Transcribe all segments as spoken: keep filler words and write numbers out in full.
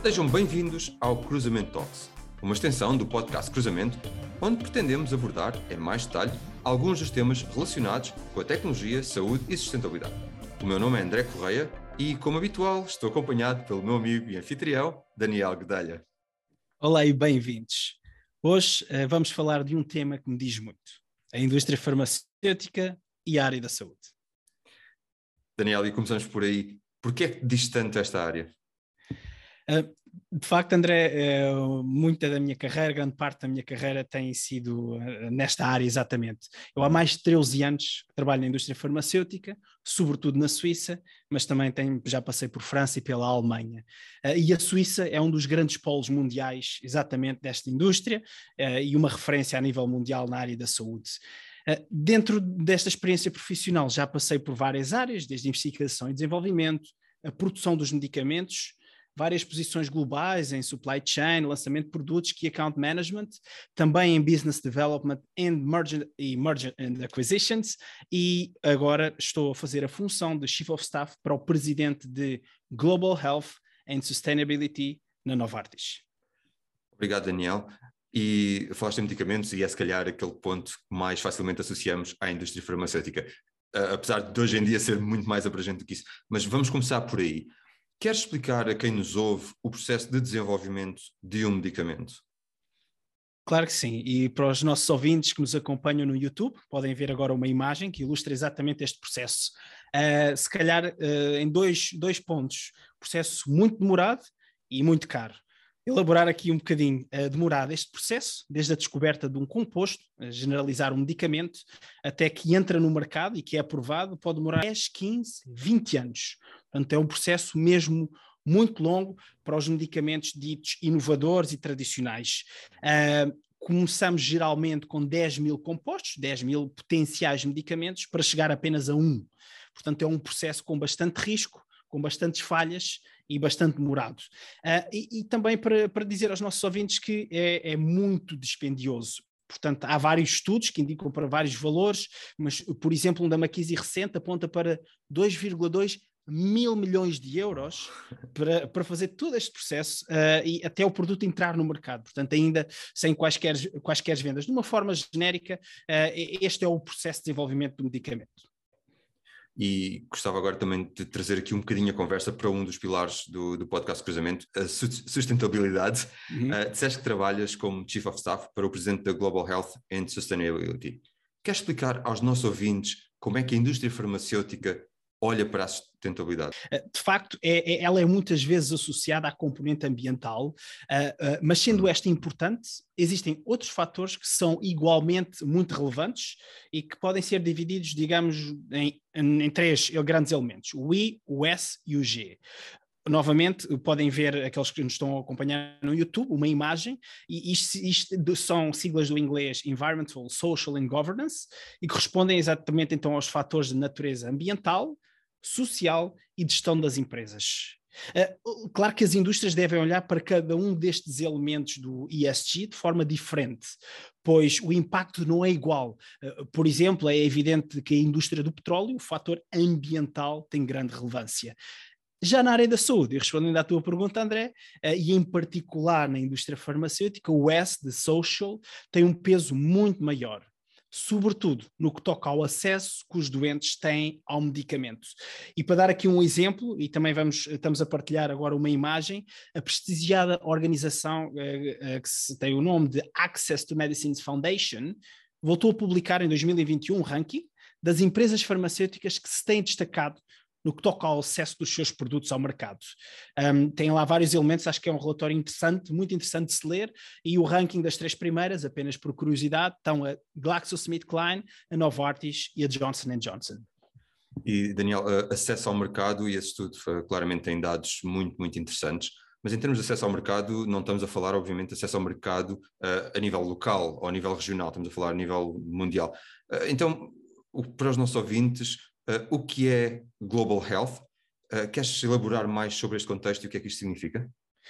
Sejam bem-vindos ao Cruzamento Talks, uma extensão do podcast Cruzamento, onde pretendemos abordar em mais detalhe alguns dos temas relacionados com a tecnologia, saúde e sustentabilidade. O meu nome é André Correia e, como habitual, estou acompanhado pelo meu amigo e anfitrião, Daniel Guedelha. Olá e bem-vindos. Hoje uh, vamos falar de um tema que me diz muito, a indústria farmacêutica e a área da saúde. Daniel, e começamos por aí. Porquê é que diz tanto esta área? Uh, de facto, André, uh, muita da minha carreira, grande parte da minha carreira tem sido uh, nesta área exatamente. Eu há mais de treze anos trabalho na indústria farmacêutica, sobretudo na Suíça, mas também tenho, já passei por França e pela Alemanha. Uh, e a Suíça é um dos grandes polos mundiais exatamente desta indústria uh, e uma referência a nível mundial na área da saúde. Uh, dentro desta experiência profissional já passei por várias áreas, desde investigação e desenvolvimento, a produção dos medicamentos, várias posições globais em supply chain, lançamento de produtos, key account management, também em business development and merger, e merger and acquisitions, e agora estou a fazer a função de Chief of Staff para o presidente de Global Health and Sustainability na Novartis. Obrigado, Daniel. E falaste em medicamentos e é se calhar aquele ponto que mais facilmente associamos à indústria farmacêutica, uh, apesar de hoje em dia ser muito mais abrangente do que isso. Mas vamos começar por aí. Queres explicar a quem nos ouve o processo de desenvolvimento de um medicamento? Claro que sim, e para os nossos ouvintes que nos acompanham no YouTube, podem ver agora uma imagem que ilustra exatamente este processo. Uh, se calhar uh, em dois, dois pontos, processo muito demorado e muito caro. Elaborar aqui um bocadinho uh, demorado este processo, desde a descoberta de um composto, uh, generalizar um medicamento, até que entra no mercado e que é aprovado, pode demorar dez, quinze, vinte anos. Portanto, é um processo mesmo muito longo para os medicamentos ditos inovadores e tradicionais. Uh, começamos geralmente com dez mil compostos, dez mil potenciais medicamentos, para chegar apenas a um. Portanto, é um processo com bastante risco, com bastantes falhas e bastante demorado. Uh, e, e também para, para dizer aos nossos ouvintes que é, é muito dispendioso. Portanto, há vários estudos que indicam para vários valores, mas, por exemplo, um da McKinsey recente aponta para dois vírgula dois mil milhões de euros para, para fazer todo este processo uh, e até o produto entrar no mercado. Portanto, ainda sem quaisquer, quaisquer vendas. De uma forma genérica, uh, este é o processo de desenvolvimento do medicamento. E gostava agora também de trazer aqui um bocadinho a conversa para um dos pilares do, do podcast Cruzamento, a sustentabilidade. Uhum. Uh, disseste que trabalhas como Chief of Staff para o Presidente da Global Health and Sustainability. Queres explicar aos nossos ouvintes como é que a indústria farmacêutica olha para a sustentabilidade? De facto, é, é, ela é muitas vezes associada à componente ambiental, uh, uh, mas sendo esta importante, existem outros fatores que são igualmente muito relevantes e que podem ser divididos, digamos, em, em, em três grandes elementos, o I, o S e o G. Novamente, podem ver, aqueles que nos estão a acompanhar no YouTube, uma imagem, e isto, isto são siglas do inglês Environmental, Social and Governance, e correspondem exatamente então aos fatores de natureza ambiental, social e de gestão das empresas. Uh, claro que as indústrias devem olhar para cada um destes elementos do E S G de forma diferente, pois o impacto não é igual. Uh, por exemplo, é evidente que a indústria do petróleo, o fator ambiental tem grande relevância. Já na área da saúde, e respondendo à tua pergunta, André, uh, e em particular na indústria farmacêutica, o S de social tem um peso muito maior, sobretudo no que toca ao acesso que os doentes têm ao medicamento. E para dar aqui um exemplo, e também vamos, estamos a partilhar agora uma imagem, a prestigiada organização uh, uh, que se tem o nome de Access to Medicines Foundation voltou a publicar em dois mil e vinte e um um ranking das empresas farmacêuticas que se têm destacado no que toca ao acesso dos seus produtos ao mercado. Um, tem lá vários elementos, acho que é um relatório interessante, muito interessante de se ler, e o ranking das três primeiras, apenas por curiosidade, estão a GlaxoSmithKline, a Novartis e a Johnson and Johnson. E, Daniel, acesso ao mercado, e esse estudo claramente tem dados muito, muito interessantes, mas em termos de acesso ao mercado, não estamos a falar, obviamente, de acesso ao mercado uh, a nível local ou a nível regional, estamos a falar a nível mundial. Uh, então, o, para os nossos ouvintes, Uh, o que é Global Health? Uh, queres elaborar mais sobre este contexto e o que é que isto significa?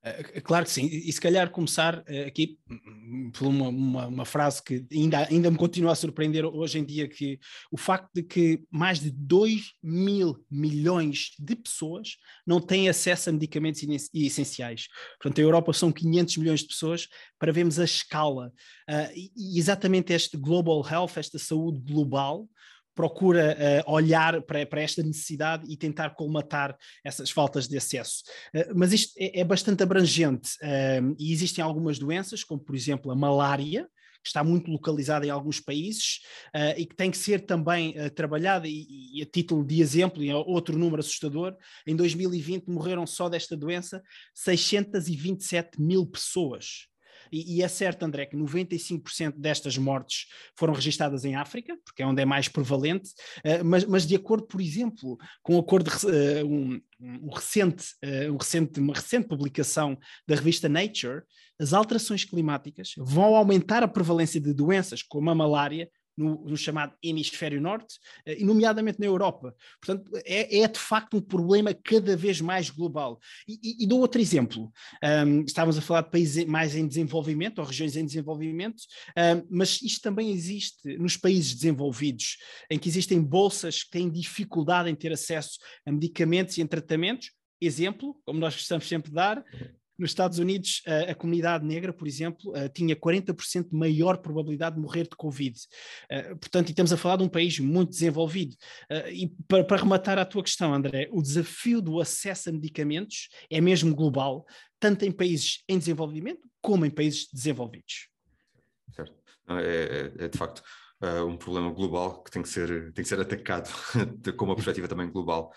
Claro que sim, e se calhar começar aqui por uma, uma, uma frase que ainda, ainda me continua a surpreender hoje em dia, que o facto de que mais de dois mil milhões de pessoas não têm acesso a medicamentos essenciais. Portanto, a Europa são quinhentos milhões de pessoas, para vermos a escala. Uh, e exatamente este global health, esta saúde global, procura uh, olhar para, para esta necessidade e tentar colmatar essas faltas de acesso. Uh, mas isto é, é bastante abrangente uh, e existem algumas doenças, como por exemplo a malária, que está muito localizada em alguns países uh, e que tem que ser também uh, trabalhada, e, e a título de exemplo, e outro número assustador, em dois mil e vinte morreram só desta doença seiscentos e vinte e sete mil pessoas. E, e é certo, André, que noventa e cinco por cento destas mortes foram registadas em África, porque é onde é mais prevalente, uh, mas, mas de acordo, por exemplo, com um acordo, uh, um, um recente, uh, um recente, uma recente publicação da revista Nature, as alterações climáticas vão aumentar a prevalência de doenças como a malária, No, no chamado hemisfério norte, e nomeadamente na Europa. Portanto, é, é de facto um problema cada vez mais global. E, e, e dou outro exemplo. Um, estávamos a falar de países mais em desenvolvimento, ou regiões em desenvolvimento, um, mas isto também existe nos países desenvolvidos, em que existem bolsas que têm dificuldade em ter acesso a medicamentos e a tratamentos. Exemplo, como nós gostamos sempre de dar, nos Estados Unidos, a, a comunidade negra, por exemplo, uh, tinha quarenta por cento maior probabilidade de morrer de Covid. Uh, portanto, e estamos a falar de um país muito desenvolvido. Uh, e para, para rematar a tua questão, André, o desafio do acesso a medicamentos é mesmo global, tanto em países em desenvolvimento como em países desenvolvidos. Certo. É, é, é de facto uh, um problema global que tem que ser, tem que ser atacado com uma perspectiva também global.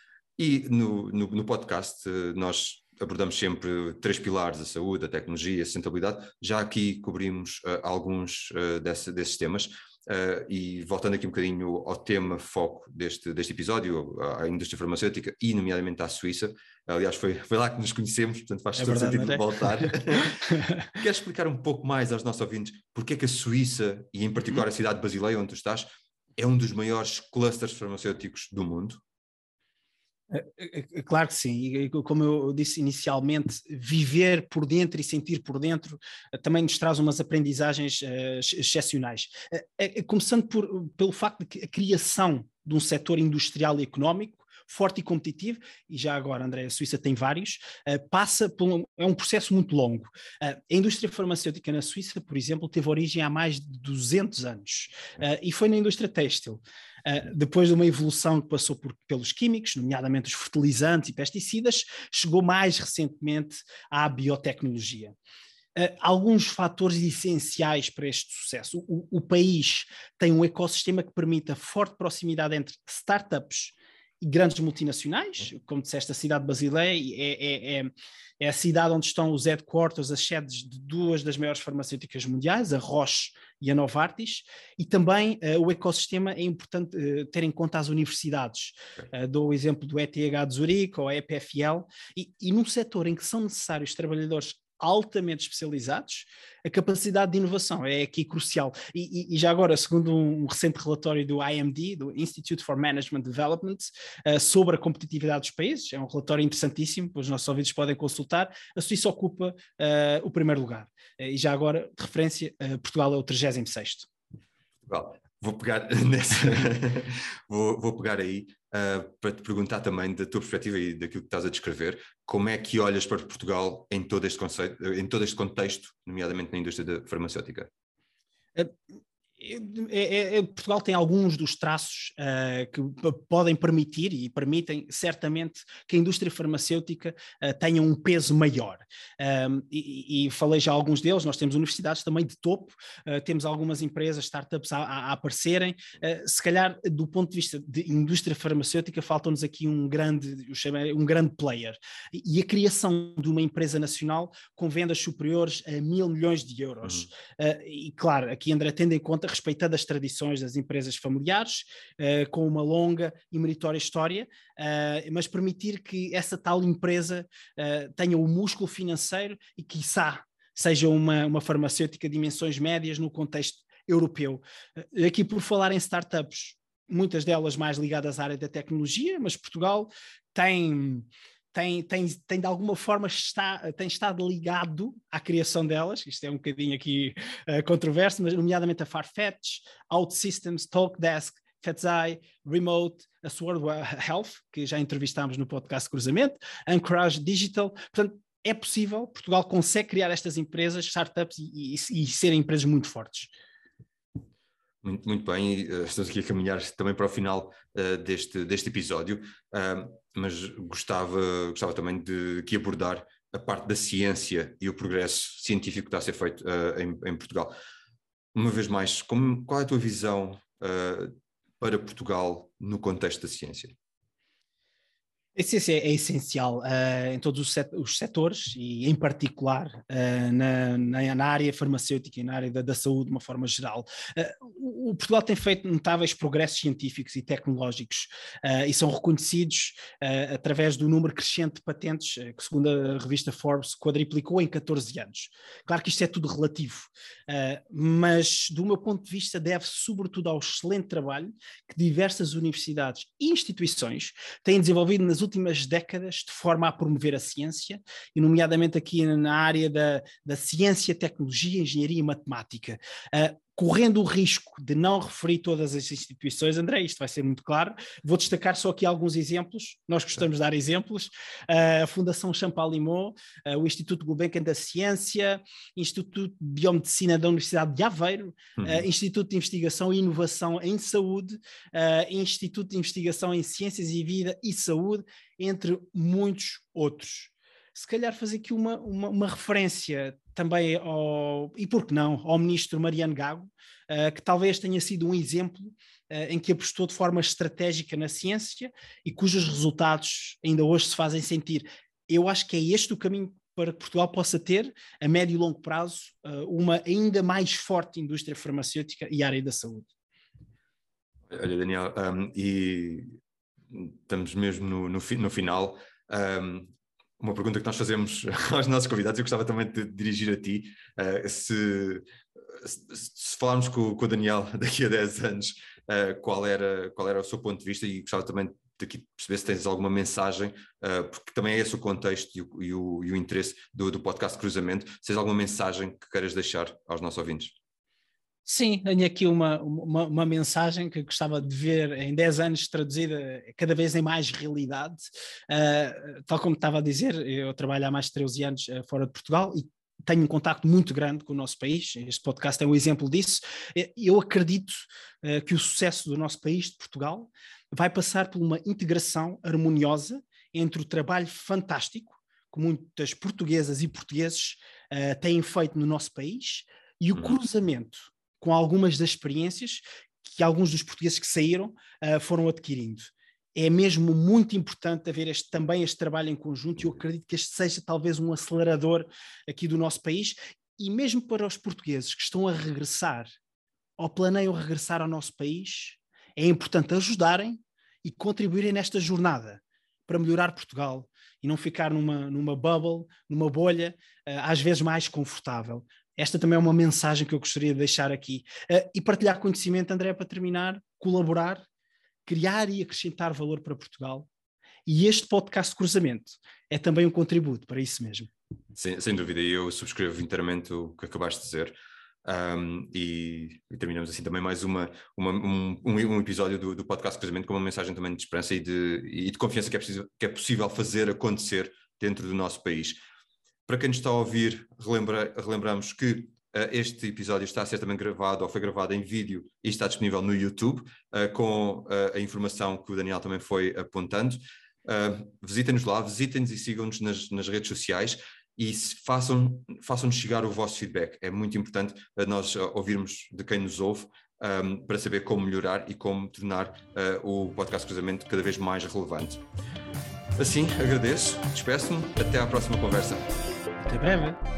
E no, no, no podcast uh, nós abordamos sempre três pilares: a saúde, a tecnologia, a sustentabilidade. Já aqui cobrimos uh, alguns uh, desse, desses temas. Uh, e voltando aqui um bocadinho ao tema foco deste, deste episódio, à indústria farmacêutica e nomeadamente à Suíça. Aliás, foi, foi lá que nos conhecemos, portanto faz é todo verdade, sentido voltar. Queres explicar um pouco mais aos nossos ouvintes porque é que a Suíça, e em particular a cidade de Basileia, onde tu estás, é um dos maiores clusters farmacêuticos do mundo? Claro que sim, e como eu disse inicialmente, viver por dentro e sentir por dentro também nos traz umas aprendizagens uh, excepcionais. Uh, começando por, pelo facto de que a criação de um setor industrial e económico forte e competitivo, e já agora, André, a Suíça tem vários, uh, passa por um, é um processo muito longo. Uh, a indústria farmacêutica na Suíça, por exemplo, teve origem há mais de duzentos anos, uh, e foi na indústria têxtil. Uh, depois de uma evolução que passou por, pelos químicos, nomeadamente os fertilizantes e pesticidas, chegou mais recentemente à biotecnologia. Uh, alguns fatores essenciais para este sucesso. O, o país tem um ecossistema que permite a forte proximidade entre startups e grandes multinacionais, como disseste, a cidade de Basileia é, é, é, é a cidade onde estão os headquarters, as sedes de duas das maiores farmacêuticas mundiais, a Roche e a Novartis, e também uh, o ecossistema é importante uh, ter em conta as universidades. Uh, dou o exemplo do E T H de Zurique ou a E P F L, e, e num setor em que são necessários trabalhadores altamente especializados, a capacidade de inovação é aqui crucial. E, e, e já agora, segundo um recente relatório do I M D, do Institute for Management Development, uh, sobre a competitividade dos países, é um relatório interessantíssimo, os nossos ouvintes podem consultar, a Suíça ocupa uh, o primeiro lugar. Uh, e já agora, de referência, uh, Portugal é o trigésimo sexto. Portugal. Vou pegar nessa, vou, vou pegar aí uh, para te perguntar também da tua perspectiva e daquilo que estás a descrever, como é que olhas para Portugal em todo este conceito, em todo este contexto, nomeadamente na indústria farmacêutica? Uh, É, é, Portugal tem alguns dos traços uh, que podem permitir e permitem certamente que a indústria farmacêutica uh, tenha um peso maior. Um, e, e falei já alguns deles, nós temos universidades também de topo, uh, temos algumas empresas, startups a, a, a aparecerem. Uh, se calhar, do ponto de vista de indústria farmacêutica, falta-nos aqui um grande, eu chamei, um grande player. E, e a criação de uma empresa nacional com vendas superiores a mil milhões de euros. Uhum. Uh, e claro, aqui, André, tendo em conta, respeitando as tradições das empresas familiares, uh, com uma longa e meritória história, uh, mas permitir que essa tal empresa uh, tenha o músculo financeiro e, quiçá, seja uma, uma farmacêutica de dimensões médias no contexto europeu. Uh, aqui, por falar em startups, muitas delas mais ligadas à área da tecnologia, mas Portugal tem... tem, tem, tem de alguma forma está, tem estado ligado à criação delas, isto é um bocadinho aqui uh, controverso, mas nomeadamente a Farfetch, OutSystems, Talkdesk, Fetsai, Remote, a Sword Health, que já entrevistámos no podcast Cruzamento, Anchorage Digital. Portanto, é possível, Portugal consegue criar estas empresas, startups e, e, e serem empresas muito fortes. Muito, muito bem, e, uh, estamos aqui a caminhar também para o final uh, deste, deste episódio, uh, mas gostava, gostava também de aqui abordar a parte da ciência e o progresso científico que está a ser feito uh, em, em Portugal. Uma vez mais, como, qual é a tua visão uh, para Portugal no contexto da ciência? A ciência é essencial uh, em todos os, set- os setores e, em particular, uh, na, na, na área farmacêutica e na área da, da saúde, de uma forma geral. Uh, o, o Portugal tem feito notáveis progressos científicos e tecnológicos uh, e são reconhecidos uh, através do número crescente de patentes, uh, que, segundo a revista Forbes, quadriplicou em catorze anos. Claro que isto é tudo relativo, uh, mas, do meu ponto de vista, deve-se sobretudo ao excelente trabalho que diversas universidades e instituições têm desenvolvido nas últimas décadas de forma a promover a ciência, e nomeadamente aqui na área da, da ciência, tecnologia, engenharia e matemática. Uh, correndo o risco de não referir todas as instituições, André, isto vai ser muito claro, vou destacar só aqui alguns exemplos, nós gostamos de dar exemplos, uh, a Fundação Champalimau, uh, o Instituto Gulbenkian da Ciência, Instituto de Biomedicina da Universidade de Aveiro, uhum. uh, Instituto de Investigação e Inovação em Saúde, uh, Instituto de Investigação em Ciências e Vida e Saúde, entre muitos outros. Se calhar fazer aqui uma, uma, uma referência também ao, e por que não, ao ministro Mariano Gago, uh, que talvez tenha sido um exemplo uh, em que apostou de forma estratégica na ciência e cujos resultados ainda hoje se fazem sentir. Eu acho que é este o caminho para que Portugal possa ter, a médio e longo prazo, uh, uma ainda mais forte indústria farmacêutica e área da saúde. Olha, Daniel, um, e estamos mesmo no, no, no final. Um, Uma pergunta que nós fazemos aos nossos convidados, eu gostava também de dirigir a ti. Uh, se, se, se falarmos com, com o Daniel daqui a dez anos, uh, qual, era, qual era o seu ponto de vista, e gostava também de aqui perceber se tens alguma mensagem, uh, porque também é esse o contexto e o, e o, e o interesse do, do podcast Cruzamento, se tens alguma mensagem que queiras deixar aos nossos ouvintes. Sim, tenho aqui uma, uma, uma mensagem que gostava de ver em dez anos traduzida cada vez em mais realidade. Uh, tal como estava a dizer, eu trabalho há mais de treze anos uh, fora de Portugal e tenho um contacto muito grande com o nosso país. Este podcast é um exemplo disso. Eu acredito uh, que o sucesso do nosso país, de Portugal, vai passar por uma integração harmoniosa entre o trabalho fantástico que muitas portuguesas e portugueses uh, têm feito no nosso país e o uhum. cruzamento com algumas das experiências que alguns dos portugueses que saíram uh, foram adquirindo. É mesmo muito importante haver este, também este trabalho em conjunto, e eu acredito que este seja talvez um acelerador aqui do nosso país, e mesmo para os portugueses que estão a regressar ou planeiam regressar ao nosso país, é importante ajudarem e contribuírem nesta jornada para melhorar Portugal e não ficar numa, numa bubble, numa bolha, uh, às vezes mais confortável. Esta também é uma mensagem que eu gostaria de deixar aqui. Uh, e partilhar conhecimento, André, para terminar, colaborar, criar e acrescentar valor para Portugal. E este podcast de Cruzamento é também um contributo para isso mesmo. Sem, sem dúvida, e eu subscrevo inteiramente o que acabaste de dizer. Um, e, e terminamos assim também mais uma, uma, um, um episódio do, do podcast Cruzamento com uma mensagem também de esperança e de, e de confiança que é, preciso, que é possível fazer acontecer dentro do nosso país. Para quem nos está a ouvir, relembra, relembramos que uh, este episódio está a ser também gravado, ou foi gravado em vídeo e está disponível no YouTube, uh, com uh, a informação que o Daniel também foi apontando. Uh, visitem-nos lá, visitem-nos e sigam-nos nas, nas redes sociais e façam, façam-nos chegar o vosso feedback. É muito importante uh, nós uh, ouvirmos de quem nos ouve, um, para saber como melhorar e como tornar uh, o podcast Cruzamento cada vez mais relevante. Assim, agradeço, despeço-me, até à próxima conversa. Até breve.